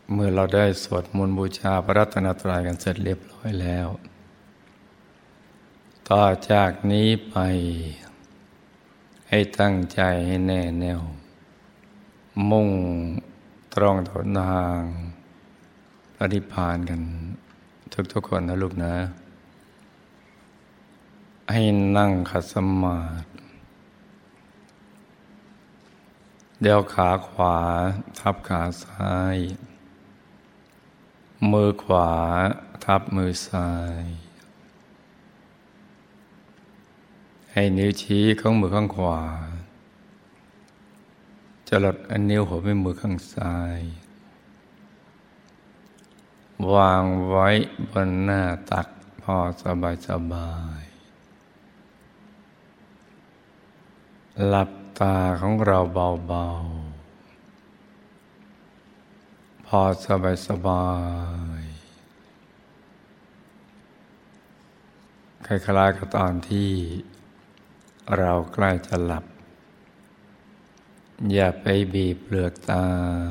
เมื่อเราได้สวดมนต์บูชาพระรัตนตรัยกันเสร็จเรียบร้อยแล้ว ต่อจากนี้ไปให้ตั้งใจให้แน่แน่วมุ่งตรงต่อทางพระนิพพานกันทุกคนนะลูกนะให้นั่งขัดสมาธิเดี๋ยวขาขวาทับขาซ้ายมือขวาทับมือซ้ายให้นิ้วชี้ของมือข้างขวาจะลดอันนิ้วหัวแม่มือข้างซ้ายวางไว้บนหน้าตักพอสบายหลับตาของเราเบาๆพอสบายคล้ายๆกับตอนที่เราใกล้จะหลับอย่าไปบีบเปลือกตา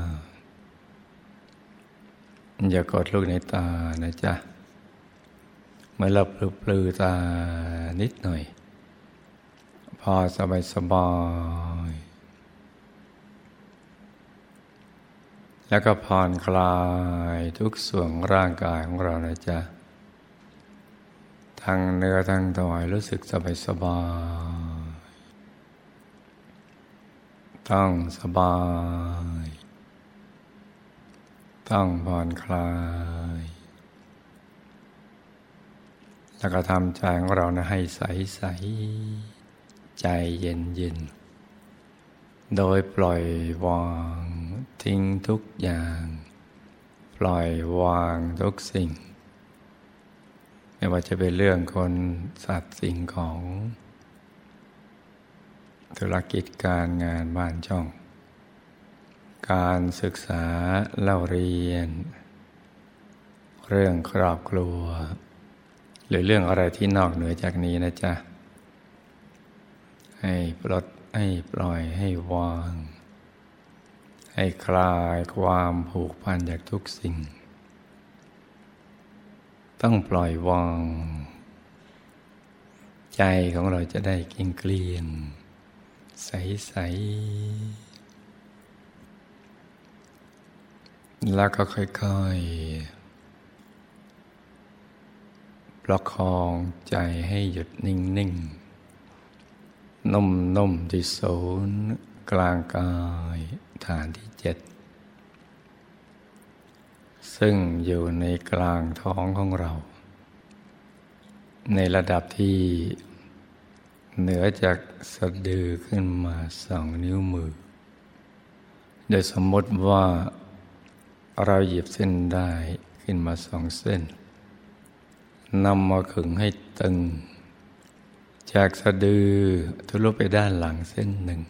อย่ากดลูกในตานะจ๊ะเมื่อเราปลือตานิดหน่อยพอสบายแล้วก็ผ่อนคลายทุกส่วนร่างกายของเรานะจ๊ะทั้งเนื้อทั้งตัวรู้สึกสบายต้องสบายต้องผ่อนคลายแล้วก็ทำใจของเรานะให้ใสๆใจเย็นๆโดยปล่อยวางทิ้งทุกอย่างปล่อยวางทุกสิ่งไม่ว่าจะเป็นเรื่องคนสัตว์สิ่งของธุรกิจการงานบ้านช่องการศึกษาเล่าเรียนเรื่องครอบครัวหรือเรื่องอะไรที่นอกเหนือจากนี้นะจ๊ะให้ปลดให้ปล่อยให้วางให้คลายความผูกพันจากทุกสิ่งต้องปล่อยวางใจของเราจะได้เกลี้ยงใสๆแล้วก็ค่อยๆประคองใจให้หยุดนิ่งๆนุ่มๆที่ศูนย์กลางกายฐานที่7ซึ่งอยู่ในกลางท้องของเราในระดับที่เหนือจากสะดือขึ้นมา2 นิ้วมือโดยสมมติว่าเราหยิบเส้นได้ขึ้นมา2 เส้นนำมาขึงให้ตึงจากสะดือทะลุไปด้านหลังเส้นหนึ่ง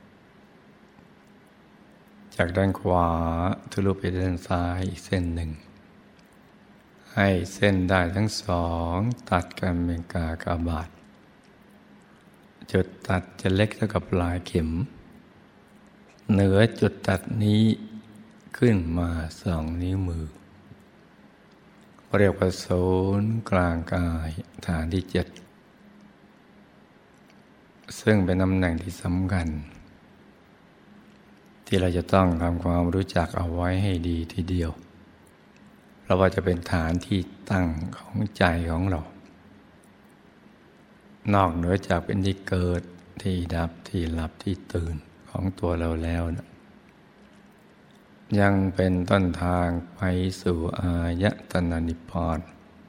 จากด้านขวาทะลุไปด้านซ้ายอีกเส้นหนึ่งให้เส้นได้ทั้ง2ตัดกันเป็นกากบาทจุดตัดจะเล็กเท่ากับปลายเข็มเหนือจุดตัดนี้ขึ้นมา2 นิ้วมือเรียกว่าศูนย์กลางกายฐานที่7ซึ่งเป็นตำแหน่งที่สำคัญที่เราจะต้องทำความรู้จักเอาไว้ให้ดีทีเดียวเพราะว่าจะเป็นฐานที่ตั้งของใจของเรานอกเหนือจากเป็นที่เกิดที่ดับที่หลับที่ตื่นของตัวเราแล้วนะยังเป็นต้นทางไปสู่อายตนะนิพพาน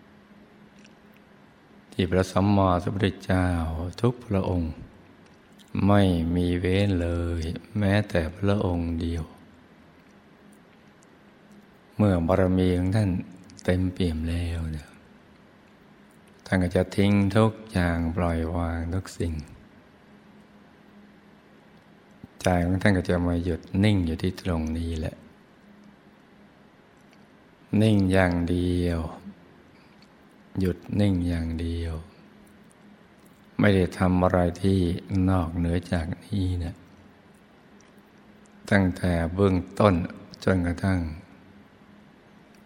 ที่พระสัมมาสัมพุทธเจ้าทุกพระองค์ไม่มีเว้นเลยแม้แต่พระองค์เดียวเมื่อบารมีของท่านเต็มเปี่ยมแล้วเนี่ยท่านก็จะทิ้งทุกอย่างปล่อยวางทุกสิ่งใจของท่านก็จะมาหยุดนิ่งอยู่ที่ตรงนี้แหละนิ่งอย่างเดียวหยุดนิ่งอย่างเดียวไม่ได้ทำอะไรที่นอกเหนือจากนี้นะตั้งแต่เบื้องต้นจนกระทั่ง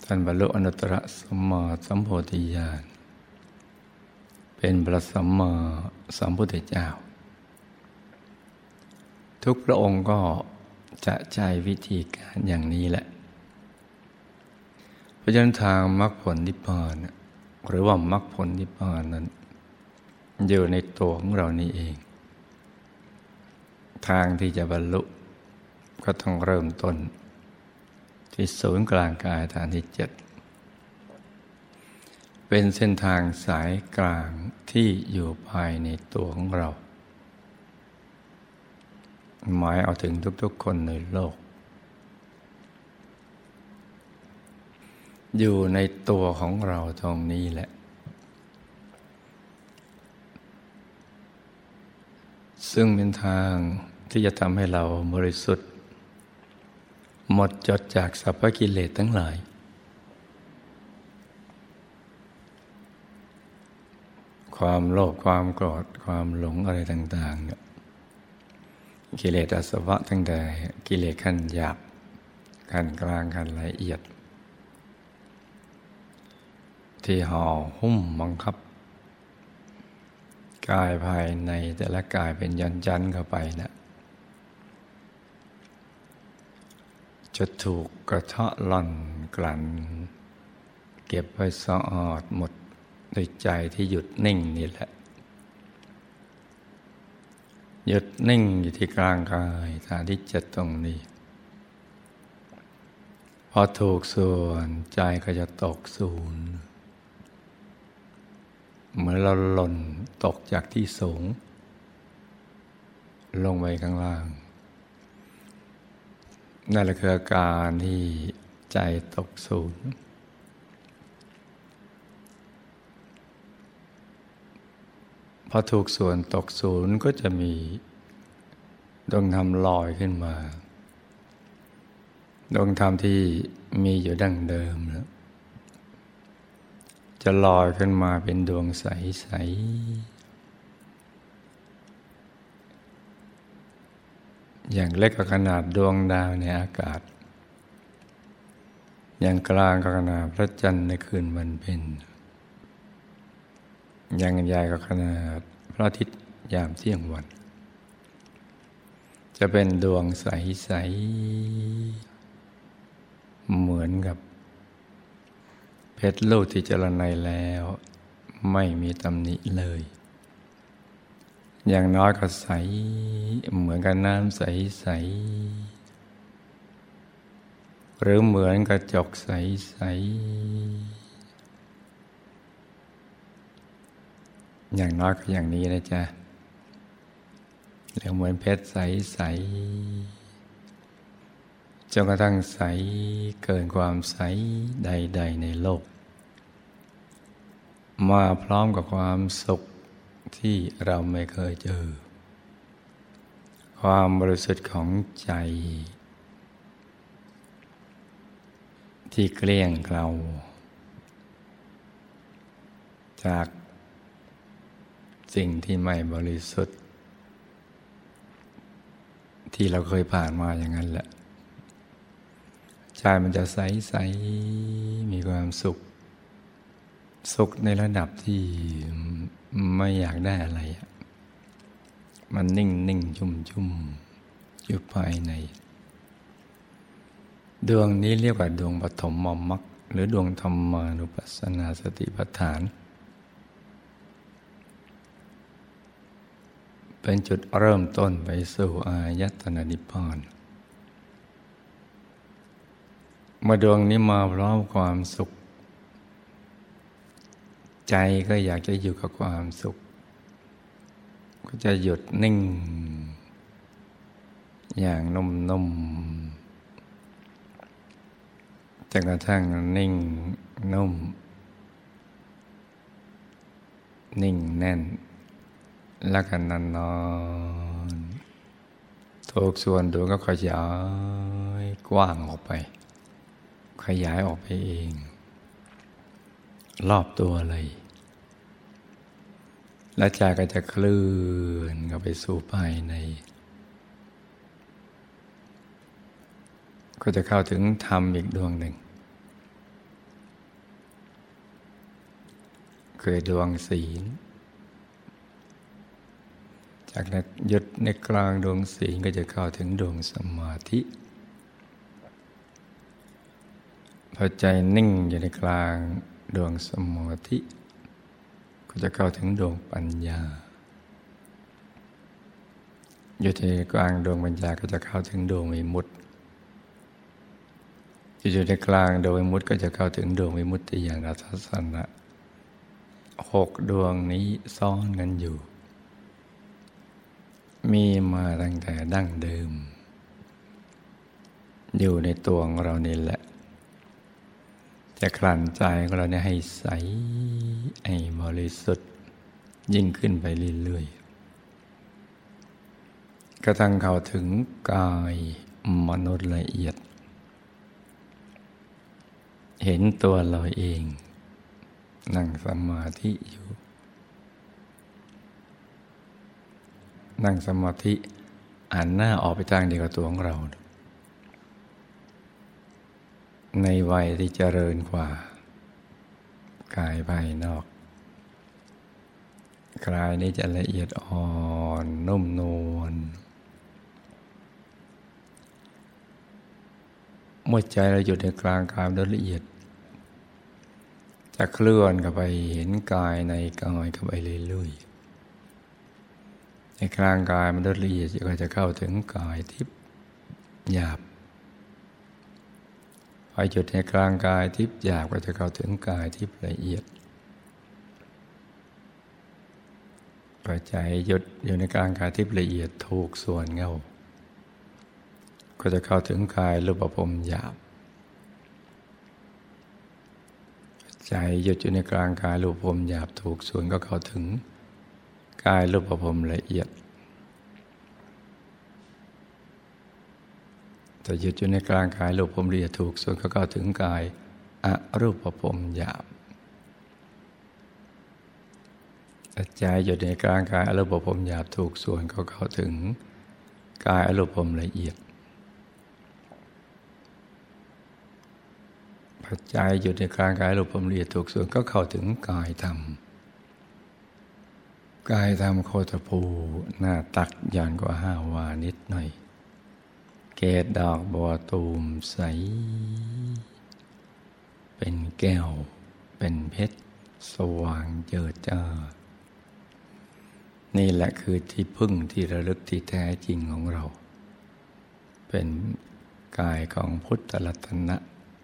ท่านบรรลุอนุตตรสัมมาสัมโพธิญาณเป็นพระสัมมาสัมพุทธเจ้าทุกพระองค์ก็จะใช้วิธีการอย่างนี้แหละเพราะฉะนั้นทางมรรคผลนิพพานหรือว่ามรรคผลนิพพานนั้นอยู่ในตัวของเรานี่เองทางที่จะบรรลุก็ต้องเริ่มต้นที่ศูนย์กลางกายฐานที่ 7เป็นเส้นทางสายกลางที่อยู่ภายในตัวของเราหมายเอาถึงทุกๆคนในโลกอยู่ในตัวของเราตรงนี้แหละซึ่งเป็นทางที่จะทำให้เราบริสุทธิ์หมดจดจากสรรพกิเลสทั้งหลายความโลภความโกรธความหลงอะไรต่างๆเนี่ยกิเลสอาสวะตั้งแต่กิเลสขั้นหยาบขั้นกลางขั้นละเอียดที่ห่อหุ้มบังคับกายภายในแต่ละกายเป็นยันเข้าไปนะจะถูกกระเทาะล่อนกลั่นเก็บไว้สะอาดหมดด้วยใจที่หยุดนิ่งนี่แหละหยุดนิ่งอยู่ที่กลางกายฐานที่ 7ตรงนี้พอถูกส่วนใจก็จะตกศูนย์เหมือนเราหล่นตกจากที่สูงลงไปข้างล่างนั่นแหละคืออาการที่ใจตกศูนย์พอถูกส่วนตกศูนย์ก็จะมีดวงธรรมลอยขึ้นมาดวงธรรมที่มีอยู่ดั้งเดิมแล้วจะลอยขึ้นมาเป็นดวงใสๆอย่างเล็กก็ขนาดดวงดาวในอากาศอย่างกลางก็ขนาดพระจันทร์ในคืนวันเพ็ญอย่างใหญ่ก็ขนาดพระอาทิตย์ยามเที่ยงวันจะเป็นดวงใสๆเหมือนกับเพชรลูกที่เจรไนแล้วไม่มีตำหนิเลยอย่างน้อยก็ใสเหมือนกับน้ำใสๆหรือเหมือนกระจกใสๆอย่างน้อยก็อย่างนี้นะจ๊ะหรือเหมือนเพชรใสๆจนกระทั่งใสเกินความใสใดๆในโลกมาพร้อมกับความสุขที่เราไม่เคยเจอความบริสุทธิ์ของใจที่เกลี้ยงเกลาจากสิ่งที่ไม่บริสุทธิ์ที่เราเคยผ่านมาอย่างนั้นแหละใจมันจะใสๆมีความสุขในระดับที่ไม่อยากได้อะไรมันนิ่งชุ่มอยู่ภายในดวงนี้เรียกว่าดวงปฐมมรรคหรือดวงธรรมานุปัสสนาสติปัฏฐานเป็นจุดเริ่มต้นไปสู่อายตนะนิพพานเมื่อดวงนี้มาพร้อมความสุขใจก็อยากจะอยู่กับความสุขก็จะหยุดนิ่งอย่างนุ่มๆจนกระทั่งนิ่งนุ่มนิ่งแน่นแล้วก็นอนทุกส่วนดวงก็ขยายกว้างออกไปขยายออกไปเองรอบตัวเลยและใจก็จะเคลื่อนเข้าไปสู่ภายในก็จะเข้าถึงธรรมอีกดวงหนึ่งคือดวงศีลจากนั้นหยุดในกลางดวงศีลก็จะเข้าถึงดวงสมาธิพอใจนิ่งอยู่ในกลางดวงสมาธิก็จะเข้าถึงดวงปัญญาอยู่ในกลางดวงปัญญาก็จะเข้าถึงดวงวิมุตติอยู่ในกลางดวงวิมุตติก็จะเข้าถึงดวงวิมุตติญาณทัศนะ6 ดวงนี้ซ้อนกันอยู่มีมาตั้งแต่ดั้งเดิมอยู่ในตัวของเรานี่แหละจะกลั่นใจของเราเนี่ยให้ใสให้บริสุทธิ์ยิ่งขึ้นไปเรื่อยๆกระทั่งเข้าถึงกายมนุษย์ละเอียดเห็นตัวเราเองนั่งสมาธิอยู่นั่งสมาธิหันหน้าออกไปทางเดียวกับตัวของเราในวัยที่เจริญกว่ากายภายนอกกายนี้จะละเอียดอ่อนนุ่มนวลเมื่อใจเราอยู่ในกลางกายโดยละเอียดจะเคลื่อนเข้าไปเห็นกายในกายเข้าไปเรื่อยๆในกลางกายมันโดยละเอียดก็จะเข้าถึงกายทิพย์หยาบพอจุดในกลางกายทิพย์หยาบก็จะเข้าถึงกายทิพย์ละเอียดพอใจหยุดอยู่ในกลางกายทิพย์ละเอียดถูกส่วนเงาก็จะเข้าถึงกายรูปภพหยาบใจหยุดอยู่ในกลางกายรูปภพหยาบถูกส่วนก็เข้าถึงกายรูปภพละเอียดแต่หยุดอยู่ในกลางกายรูปภพละเอียดถูกส่วนก็เข้าถึงกายอรูปภพหยาบใจหยุดในกลางกายอรูปภพหยาบถูกส่วนก็เข้าถึงกายอรูปภพละเอียดปัจจัยอยู่ในกลางกายรูปภพละเอียดถูกส่วนก็เข้าถึงกายธรรมกายธรรมโคตภูหน้าตักย่อนกว่า5 วานิดหน่อยเกศดอกบัวตูมใสเป็นแก้วเป็นเพชรสว่างเจิดจ้านี่แหละคือที่พึ่งที่ระลึกที่แท้จริงของเราเป็นกายของพุทธรัตนะ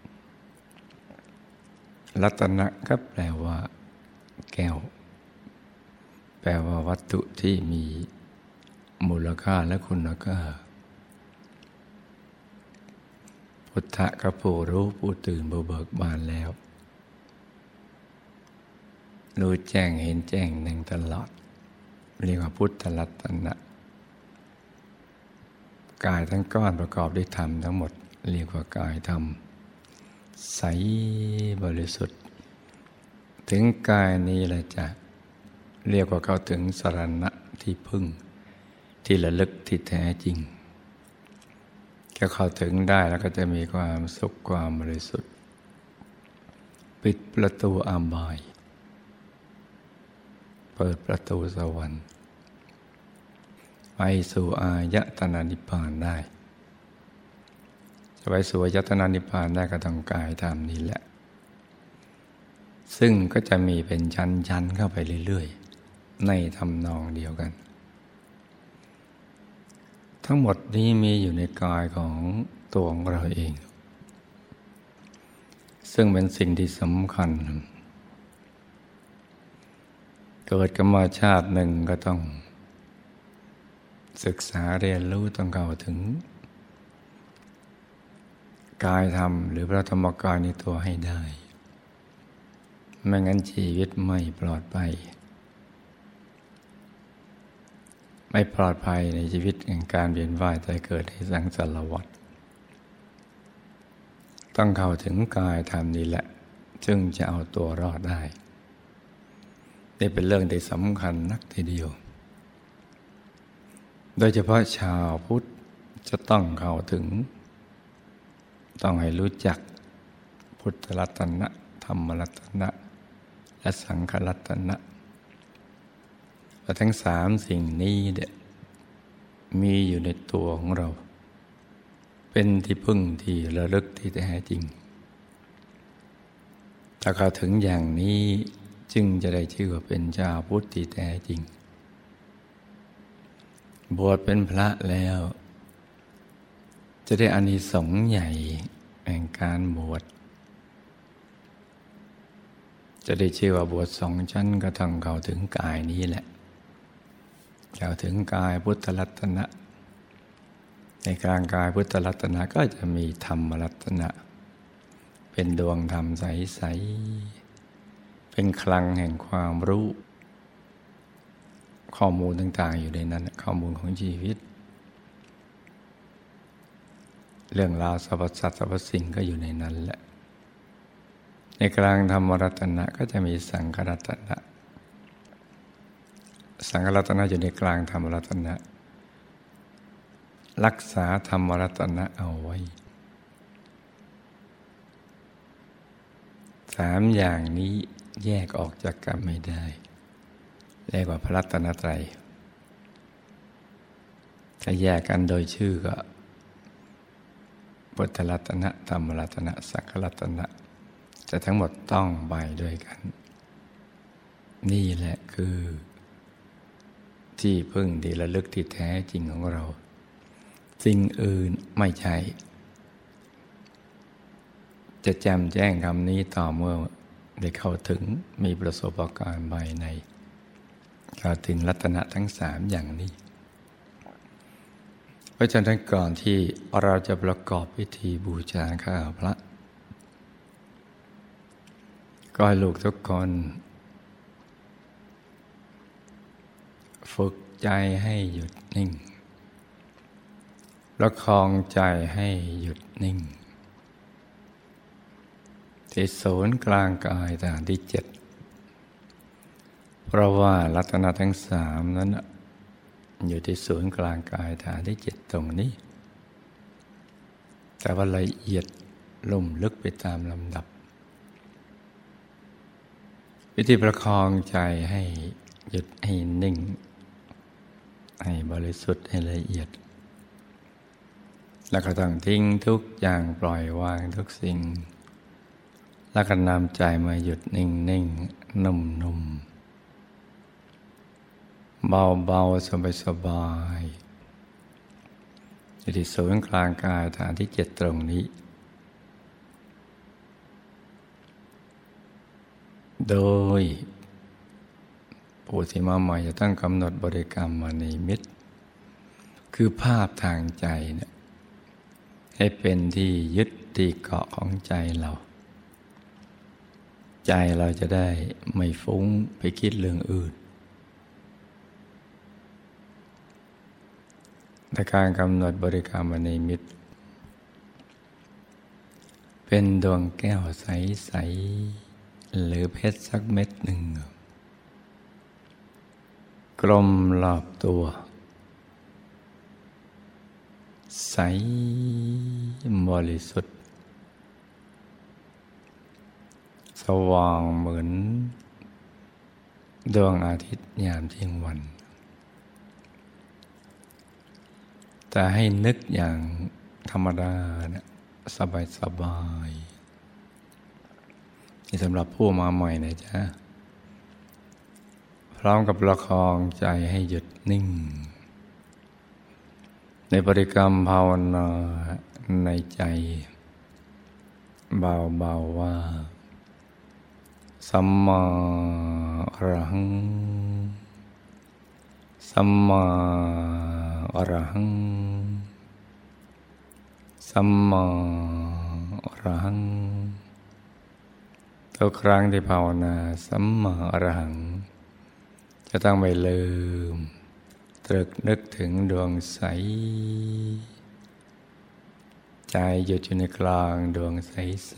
รัตนะก็แปลว่าแก้วแปลว่าวัตถุที่มีมูลค่าและคุณค่าพุทธะก็ผู้รู้ผู้ตื่นผู้เบิกบานแล้วรู้แจ้งเห็นแจ้งแทงตลอดเรียกว่าพุทธรัตนะกายทั้งก้อนประกอบด้วยธรรมทั้งหมดเรียกว่ากายธรรมใสบริสุทธิ์ถึงกายนี้แหละจะเรียกว่าเข้าถึงสรณะที่พึ่งที่ระลึกที่แท้จริงจะเข้าถึงได้แล้วก็จะมีความสุขความบริสุทธิ์ปิดประตูอบายเปิดประตูสวรรค์ไปสู่อายตนะนิพพานได้จะไปสู่อายตนะนิพพานได้ก็ต้องกายธรรมนี้แหละซึ่งก็จะมีเป็นชั้นๆเข้าไปเรื่อยๆในทำนองเดียวกันทั้งหมดนี้มีอยู่ในกายของตัวของเราเองซึ่งเป็นสิ่งที่สำคัญเกิดกันมาชาติหนึ่งก็ต้องศึกษาเรียนรู้ต้องเข้าถึงกายธรรมหรือพระธรรมกายในตัวให้ได้ไม่งั้นชีวิตไม่ปลอดภัยไม่ปลอดภัยในชีวิตแห่งการเวียนว่ายตายเกิดในสังสารวัฏต้องเข้าถึงกายธรรมนี้แหละจึงจะเอาตัวรอดได้นี่เป็นเรื่องที่สำคัญนักทีเดียวโดยเฉพาะชาวพุทธจะต้องเข้าถึงต้องให้รู้จักพุทธรัตนะธรรมรัตนะและสังขรัตนะและทั้งสามสิ่งนี้เนี่ยมีอยู่ในตัวของเราเป็นที่พึ่งที่ระลึกที่แท้จริงถ้าเข้าถึงอย่างนี้จึงจะได้ชื่อว่าเป็นชาวพุทธที่แท้จริงบวชเป็นพระแล้วจะได้อานิสงส์ใหญ่แห่งการบวชจะได้ชื่อว่าบวชสองชั้นก็ต้องเข้าถึงกายนี้แหละเข้าถึงกายพุทธรัตนะในกลางกายพุทธรัตนะก็จะมีธรรมรัตนะเป็นดวงธรรมใสๆเป็นคลังแห่งความรู้ข้อมูลต่างๆอยู่ในนั้นข้อมูลของชีวิตเรื่องราวสรรพสัตว์สรรพสิ่งก็อยู่ในนั้นแหละในกลางธรรมรัตนะก็จะมีสังฆรัตนะสังฆรัตนะอยู่ในกลางธรรมรัตนะรักษาธรรมรัตนะเอาไว้สามอย่างนี้แยกออกจากกันไม่ได้เรียกว่าพระรัตนตรัยถ้าแยกกันโดยชื่อก็พุทธรัตนะธรรมรัตนะสังฆรัตนะแต่ทั้งหมดต้องไปด้วยกันนี่แหละคือที่พึ่งที่ระลึกที่แท้จริงของเราสิ่งอื่นไม่ใช่จะแจ่มแจ้งคำนี้ต่อเมื่อได้เข้าถึงมีประสบการณ์ภายในเข้าถึงรัตนะทั้งสามอย่างนี้เพราะฉะนั้นก่อนที่เราจะประกอบพิธีบูชาข้าพระก็ให้ลูกทุกคนฝึกใจให้หยุดนิ่งประคองใจให้หยุดนิ่งที่ศูนย์กลางกายฐานที่7เพราะว่ารัตนะทั้งสามนั้นอยู่ที่ศูนย์กลางกายฐานที่7ตรงนี้แต่ว่าละเอียดลุ่มลึกไปตามลำดับวิธีประคองใจให้หยุดให้นิ่งให้บริสุทธิ์ให้ละเอียดแล้วก็ต้องทิ้งทุกอย่างปล่อยวางทุกสิ่งแล้วก็นำใจมาหยุดนิ่งนิ่งนุ่มนุ่มเบาเบาสบายสบายอยู่ที่ศูนย์กลางกายฐานที่7ตรงนี้โดยผู้ที่มาใหม่จะต้องกำหนดบริกรรมมานิมิตคือภาพทางใจเนี่ยให้เป็นที่ยึดที่เกาะของใจเราใจเราจะได้ไม่ฟุ้งไปคิดเรื่องอื่นในการกำหนดบริกรรมนิมิตเป็นดวงแก้วใสๆหรือเพชรสักเม็ดหนึ่งกลมรอบตัวใสบริสุทธิ์สว่างเหมือนดวงอาทิตย์ยามเที่ยงวันแต่ให้นึกอย่างธรรมดาเนี่ยสบายนี่สำหรับผู้มาใหม่นะจ๊ะพร้อมกับประคองใจให้หยุดนิ่งในบริกรรมภาวนาในใจเบาๆว่าสัมมาอรหังสัมมาอรหังสัมมาอรหังทุกครั้งที่ภาวนาสัมมาอรหังจะต้องไม่ลืมตรึกนึกถึงดวงใสใจหยุดอยู่ในกลางดวงใส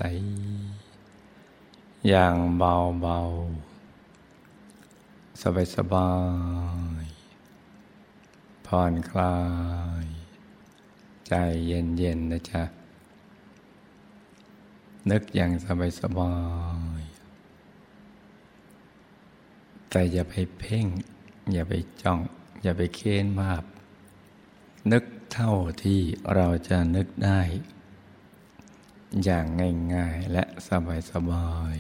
ๆอย่างเบาๆสบายๆผ่อนคลายใจเย็นๆนะจ๊ะนึกอย่างสบายแต่อย่าไปเพ่งอย่าไปจ้องอย่าไปเค้นภาพนึกเท่าที่เราจะนึกได้อย่างง่ายๆและสบาย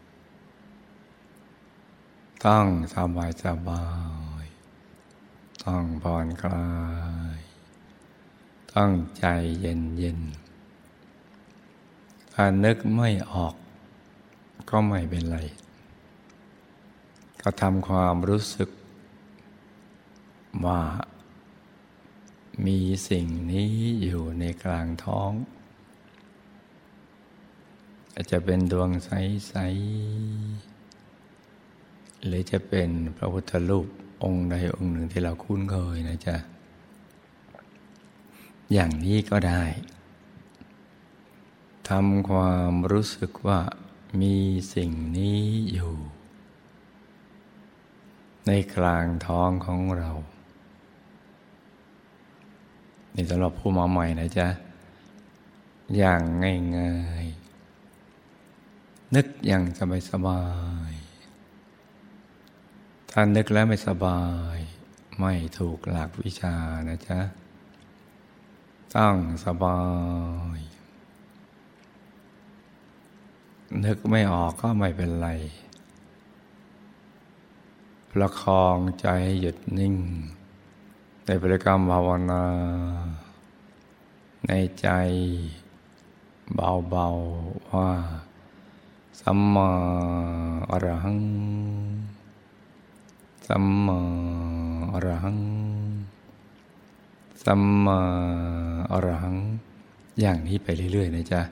ๆต้องสบายต้องผ่อนคลายต้องใจเย็นๆถ้านึกไม่ออกก็ไม่เป็นไรก็ทำความรู้สึกว่ามีสิ่งนี้อยู่ในกลางท้องอาจจะเป็นดวงใสๆหรือจะเป็นพระพุทธรูปองค์ใดองค์หนึ่งที่เราคุ้นเคยนะจ๊ะอย่างนี้ก็ได้ทำความรู้สึกว่ามีสิ่งนี้อยู่ในกลางท้องของเรานี่สำหรับผู้มาใหม่นะจ๊ะอย่างง่ายๆนึกอย่างสบายๆถ้านึกแล้วไม่สบายไม่ถูกหลักวิชานะจ๊ะต้องสบายนึกไม่ออกก็ไม่เป็นไรประคองใจให้หยุดนิ่งในบริกรรมภาวนาในใจเบาๆว่าสัมมาอรหังสัมมาอรหังสัมมาอรหังอย่างนี้ไปเรื่อยๆนะจ๊ะ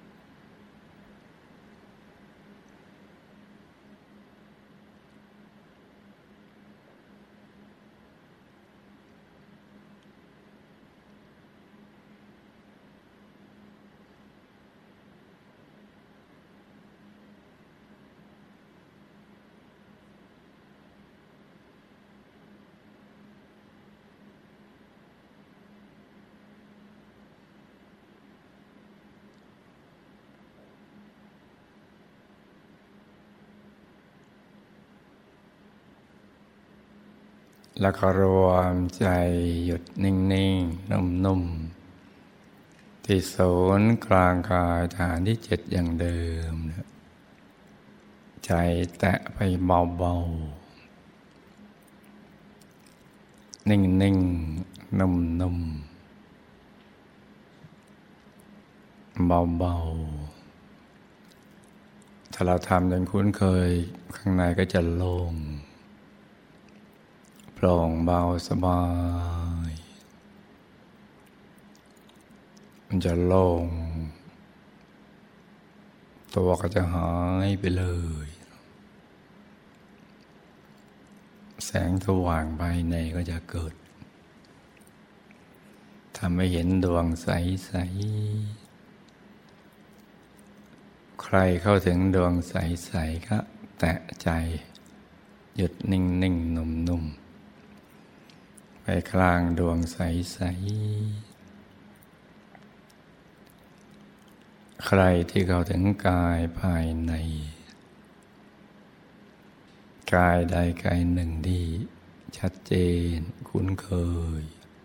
แล้วก็รวมใจหยุดนิ่งๆนุ่มๆที่ศูนย์กลางกายฐานที่7อย่างเดิมใจแตะไปเบาๆนิ่งๆนุ่มๆเบาๆถ้าเราทำจนคุ้นเคยข้างในก็จะโล่งโปร่งเบาสบายมันจะโล่งตัวก็จะหายไปเลยแสงสว่างภายในก็จะเกิดทำให้เห็นดวงใสๆใครเข้าถึงดวงใสๆก็แตะใจหยุดนิ่งๆนุ่มๆไปกลางดวงใสๆใครที่เข้าถึงกายภายในกายใดกายหนึ่งที่ชัดเจนคุ้นเคย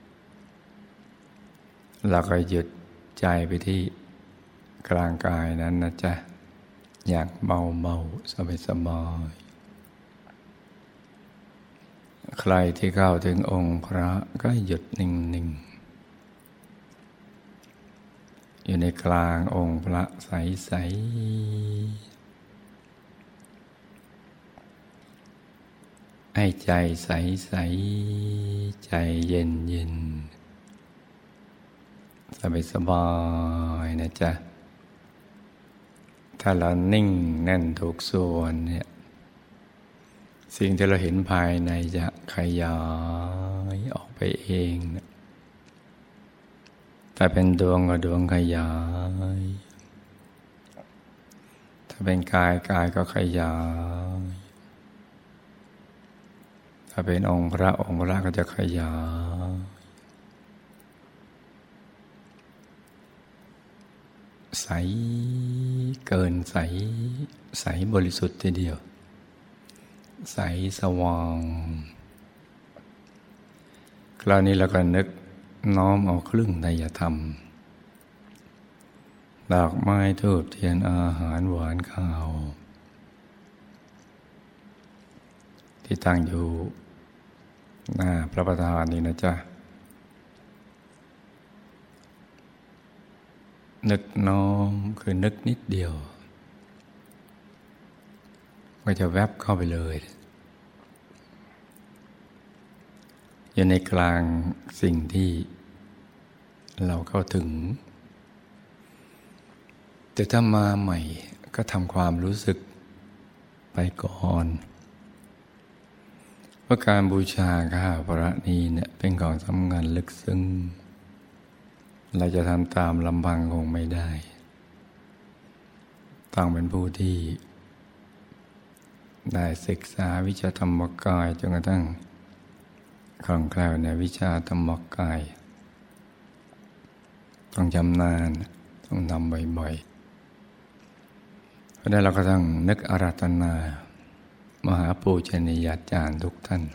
เราก็หยุดใจไปที่กลางกายนั้นนะจ๊ะอย่างเบาๆสบายๆใครที่เข้าถึงองค์พระก็หยุดนิ่งๆอยู่ในกลางองค์พระใสๆให้ใจใสๆใจเย็นๆสบายๆนะจ๊ะถ้าเรานิ่งแน่นถูกส่วนเนี่ยสิ่งที่เราเห็นภายในจะขยายออกไปเองนะถ้าเป็นดวงก็ดวงขยายถ้าเป็นกายก็ขยายถ้าเป็นองค์พระก็จะขยายใสเกินใสบริสุทธิ์ทีเดียวใสสว่างคราวนี้เราก็นึกน้อมเอาเครื่องไตรธรรมดอกไม้ธูปเทียนอาหารหวานข้าวที่ตั้งอยู่หน้าพระประธานนี่นะจ๊ะนึกน้อมคือนึกนิดเดียวก็จะแวบเข้าไปเลยอยู่ในกลางสิ่งที่เราเข้าถึงแต่ถ้ามาใหม่ก็ทำความรู้สึกไปก่อนเพราะการบูชาข้าวพระนี้เนี่ยเป็นของสำคัญลึกซึ้งเราจะทำตามลำพังคงไม่ได้ต้องเป็นผู้ที่ได้ศึกษาวิชาธรรมกายจนกระทั่งคล่องแคล่วในวิชาธรรมกายต้องชำนาญต้องทำบ่อยๆเพราะนั้นเราก็ต้องนึกอาราธนามหาปูชนียาจารย์ทุกท่าน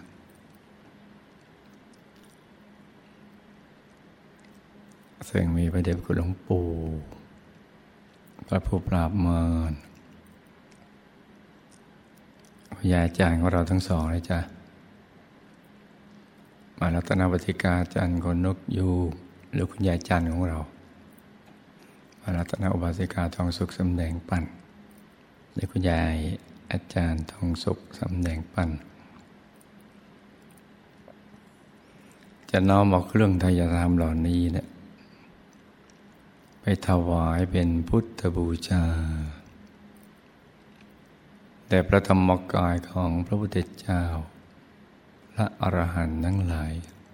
ซึ่งมีพระเดชพระคุณหลวงปู่พระผู้ปราบมารพระยาอาจารย์ของเราทั้งสองเลยจ้ะมารัตนวัติกาจันทร์คนนกยูหรือคุณยายจันทร์ของเรามารัตนอุบาสิกาทองสุขสำแดงปั่นหรือคุณยายอาจารย์ทองสุขสำแดงปั่นจะน้อมเอาเครื่องไตรธรรมเหล่านี้เนี่ยไปถวายเป็นพุทธบูชาแด่พระธรรมกายของพระพุทธเจ้าและอรหันต์ทั้งหลาย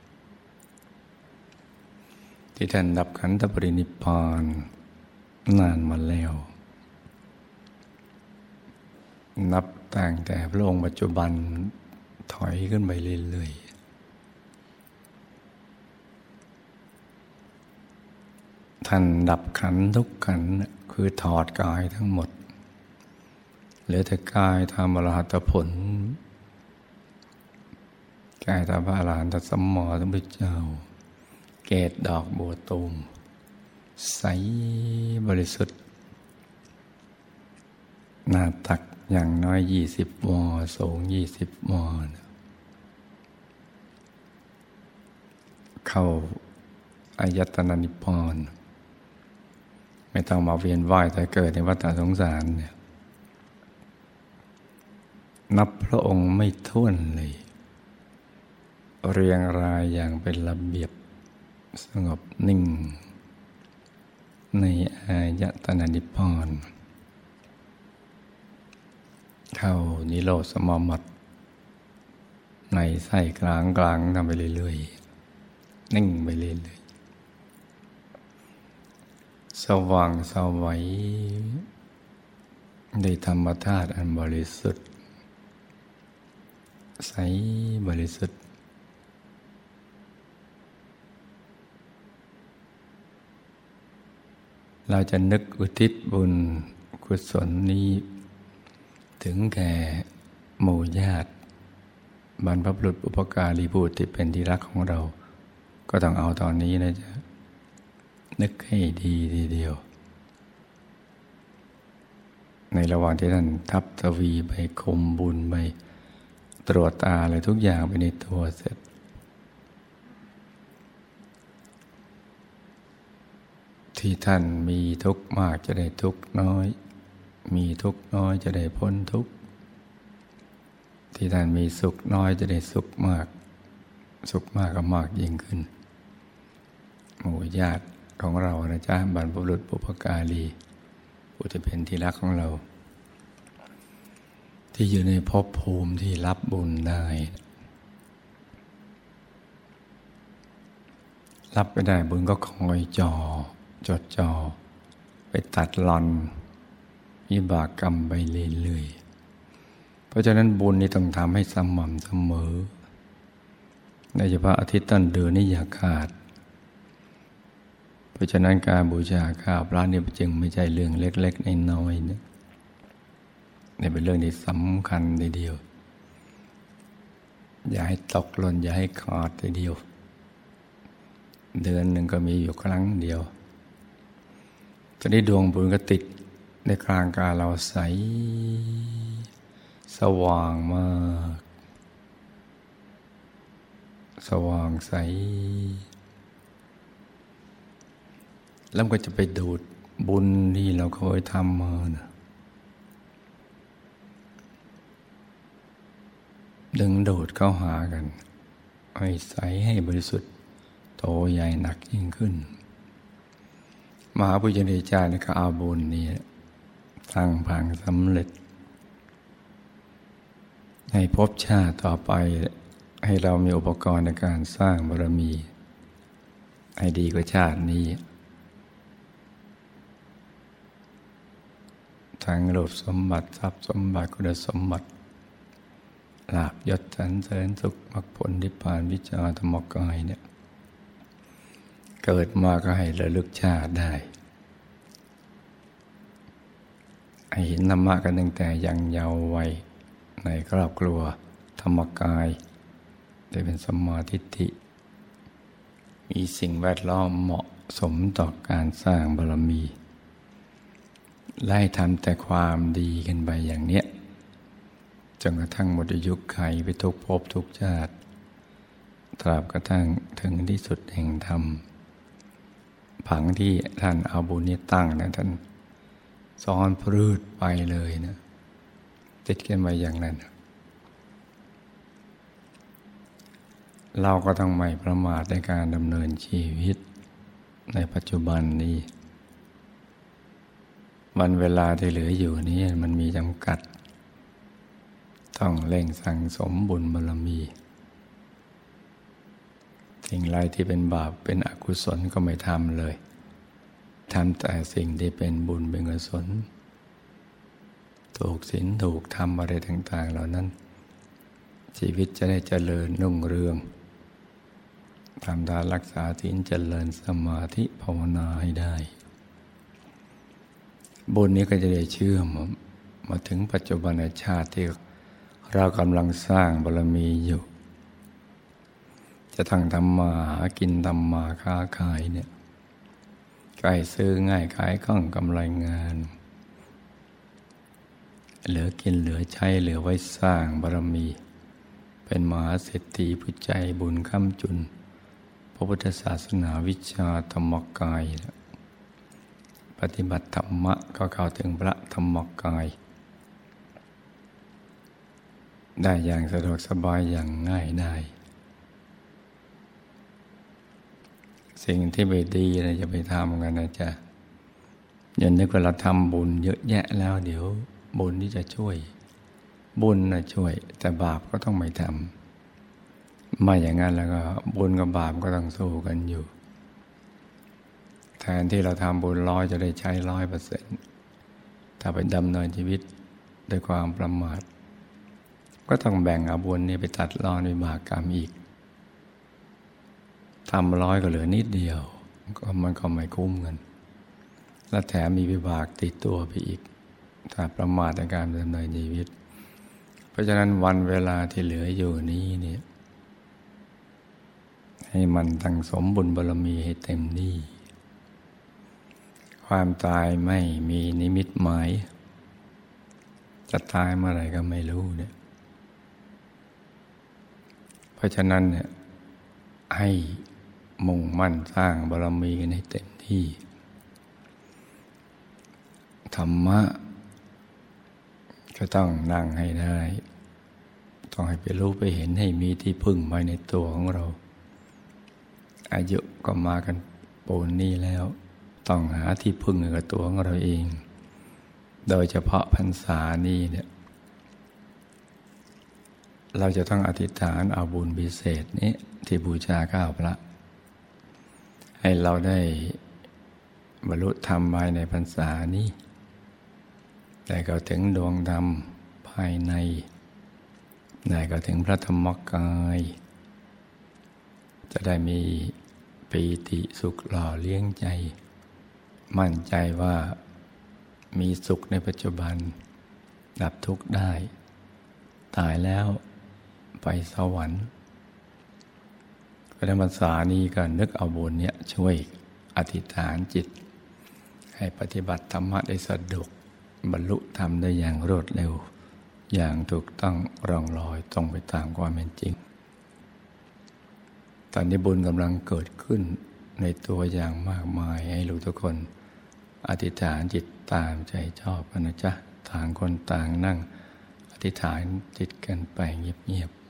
ที่ท่านดับขันธปรินิพพานนานมาแล้วนับตั้งแต่พระองค์ปัจจุบันถอยขึ้นไปเรื่อยๆท่านดับขันธ์ทุกขันธ์คือถอดกายทั้งหมดเหลือแต่กายทำอรหัตผลกายทำพระอรหันตสัมมาสัมพุทธเจ้าเกศดอกบัวตูมใสบริสุทธิ์หน้าตักอย่างน้อย20 วาสูง20 วาเข้าอายตนะนิพพานไม่ต้องมาเวียนว่ายแต่เกิดในวัฏสงสารเนี่ยนับพระองค์ไม่ถ้วนเลยเรียงรายอย่างเป็นระเบียบสงบนิ่งในอายตนะนิพพานเข้านิโรธสมาบัติในไส้กลางทำไปเรื่อยๆนิ่งไปเรื่อยๆสว่างสวัยในธรรมธาตุอันบริสุทธิ์ใสบริสุทธิ์เราจะนึกอุทิศบุญกุศลนี้ถึงแก่หมู่ญาติบรรพบุรุษบุพการีผู้ที่เป็นที่รักของเราก็ต้องเอาตอนนี้นะจ๊ะนึกให้ดีทีเดียวในระหว่างที่ท่านทับทวีไปคมบุญไปตรวจตาอะไรทุกอย่างไปในตัวเสร็จที่ท่านมีทุกข์มากจะได้ทุกข์น้อยมีทุกข์น้อยจะได้พ้นทุกข์ที่ท่านมีสุขน้อยจะได้สุขมากสุขมากก็มากยิ่งขึ้นหมู่ญาติของเรานะจ๊ะบรรพบุรุษบุพการีผู้ที่เป็นที่รักของเราที่อยู่ในภพภูมิที่รับบุญได้รับไม่ได้บุญก็คอยจดจ่อไปตัดหล่อนวิบากกรรมไปเรื่อยๆเพราะฉะนั้นบุญนี่ต้องทำให้สม่ำเสมอโดยเฉพาะอาทิตย์ต้นเดือนนี่อย่าขาดเพราะฉะนั้นการบูชาข้าวพระนี่จึงไม่ใช่เรื่องเล็กๆน้อยๆนะนี่เป็นเรื่องที่สำคัญทีเดียวอย่าให้ตกหล่นอย่าให้ขาดทีเดียวเดือนหนึ่งก็มีอยู่ครั้งเดียวตอนนี้ดวงบุญก็ติดในกลางกายเราใสสว่างมากสว่างใสแล้วก็จะไปดูดบุญที่เราเคยทำมานะดึงดูดเข้าหากันให้ใสให้บริสุทธิ์โตใหญ่หนักยิ่งขึ้นมหาปุญญาเจ้าก็เอาบุญนี้สร้างพังสำเร็จให้ภพชาติต่อไปให้เรามีอุปกรณ์ในการสร้างบารมีให้ดีกว่าชาตินี้ทั้งรูปสมบัติทรัพย์สมบัติคุณสมบัติลาภยศสรรเสริญสุขมรรคผลนิพพานวิชาธรรมกายเนี่ยเกิดมาก็ให้ระลึกชาติได้ให้เห็นธรรมะกันตั้งแต่ยังเยาว์วัยในครอบครัวธรรมกายได้เป็นสัมมาทิฏฐิมีสิ่งแวดล้อมเหมาะสมต่อการสร้างบารมีไล่ทำแต่ความดีกันไปอย่างเนี้ยจนกระทั่งหมดอายุขัยไปทุกภพทุกชาติตราบกระทั่งถึงที่สุดแห่งธรรมผังที่ท่านเอาบุญนี้ตั้งนะท่านซ้อนพรืดไปเลยนะติดกันไปอย่างนั้นเราก็ต้องไม่ประมาทในการดำเนินชีวิตในปัจจุบันนี้วันเวลาที่เหลืออยู่นี้มันมีจำกัดต้องเร่งสั่งสมบุญบารมีสิ่งใดที่เป็นบาปเป็นอกุศลก็ไม่ทำเลยทำแต่สิ่งที่เป็นบุญเป็นกุศลถูกศีลถูกธรรมอะไรต่างๆเหล่านั้นชีวิตจะได้เจริญรุ่งเรืองทำทานรักษาศีลเจริญสมาธิภาวนาให้ได้บุญนี้ก็จะได้เชื่อมมาถึงปัจจุบันชาติที่เรากำลังสร้างบารมีอยู่จะทั้งทำมาหากินทำมาค้าขายเนี่ยใกล้ซื้อง่ายขายคล่องกำไรงานเหลือกินเหลือใช้เหลือไว้สร้างบารมีเป็นมหาเศรษฐีผู้ใจบุญค้ำจุนพระพุทธศาสนาวิชาธรรมกายปฏิบัติธรรมะก็เข้าถึงพระธรรมกายได้อย่างสะดวกสบายอย่างง่ายได้สิ่งที่ไม่ดีเราจะไปทำกันนะจ๊ะอย่านึกว่าเราทำบุญเยอะแยะแล้วเดี๋ยวบุญที่จะช่วยบุญนะช่วยแต่บาปก็ต้องไม่ทำไม่อย่างนั้นแล้วก็บุญกับบาปก็ต้องสู้กันอยู่แทนที่เราทำบุญ100จะได้ใช้100%ถ้าไปดำเนินชีวิตด้วยความประมาทก็ต้องแบ่งเอาบุญนี้ไปตัดรอนวิบากกรรมอีกทำ100ก็เหลือนิดเดียวมันก็ไม่คุ้มกันและแถมมีวิบากติดตัวไปอีกถ้าประมาทในการดำเนินชีวิตเพราะฉะนั้นวันเวลาที่เหลืออยู่นี้เนี่ยให้มันตั้งสมบุญบารมีให้เต็มที่ความตายไม่มีนิมิตหมายจะตายเมื่อไหร่ก็ไม่รู้เนี่ยเพราะฉะนั้นเนี่ยให้มุ่งมั่นสร้างบารมีกันให้เต็มที่ธรรมะก็ต้องนั่งให้ได้ต้องให้ไปรู้ไปเห็นให้มีที่พึ่งภายในตัวของเราอายุก็มากันปูนนี้แล้วต้องหาที่พึ่งกับตัวของเราเองโดยเฉพาะพรรษานี้เนี่ยเราจะต้องอธิษฐานเอาบุญพิเศษนี้ที่บูชาข้าวพระให้เราได้บรรลุธรรมภายในพรรษานี้แต่ก็ถึงดวงธรรมภายในได้ก็ถึงพระธรรมกายจะได้มีปีติสุขหล่อเลี้ยงใจมั่นใจว่ามีสุขในปัจจุบันดับทุกข์ได้ตายแล้วไปสวรรค์ในพรรษานี้ก็นึกเอาบุญเนี่ยช่วยอธิษฐานจิตให้ปฏิบัติธรรมะได้สะดวกบรรลุธรรมได้อย่างรวดเร็วอย่างถูกต้องร่องรอยตรงไปตามความเป็นจริงตอนนี้บุญกำลังเกิดขึ้นในตัวอย่างมากมายให้ลูกทุกคนอธิษฐานจิตตามใจชอบกันนะจ๊ะต่างคนต่างนั่งอธิษฐานจิตกันไปเงียบๆ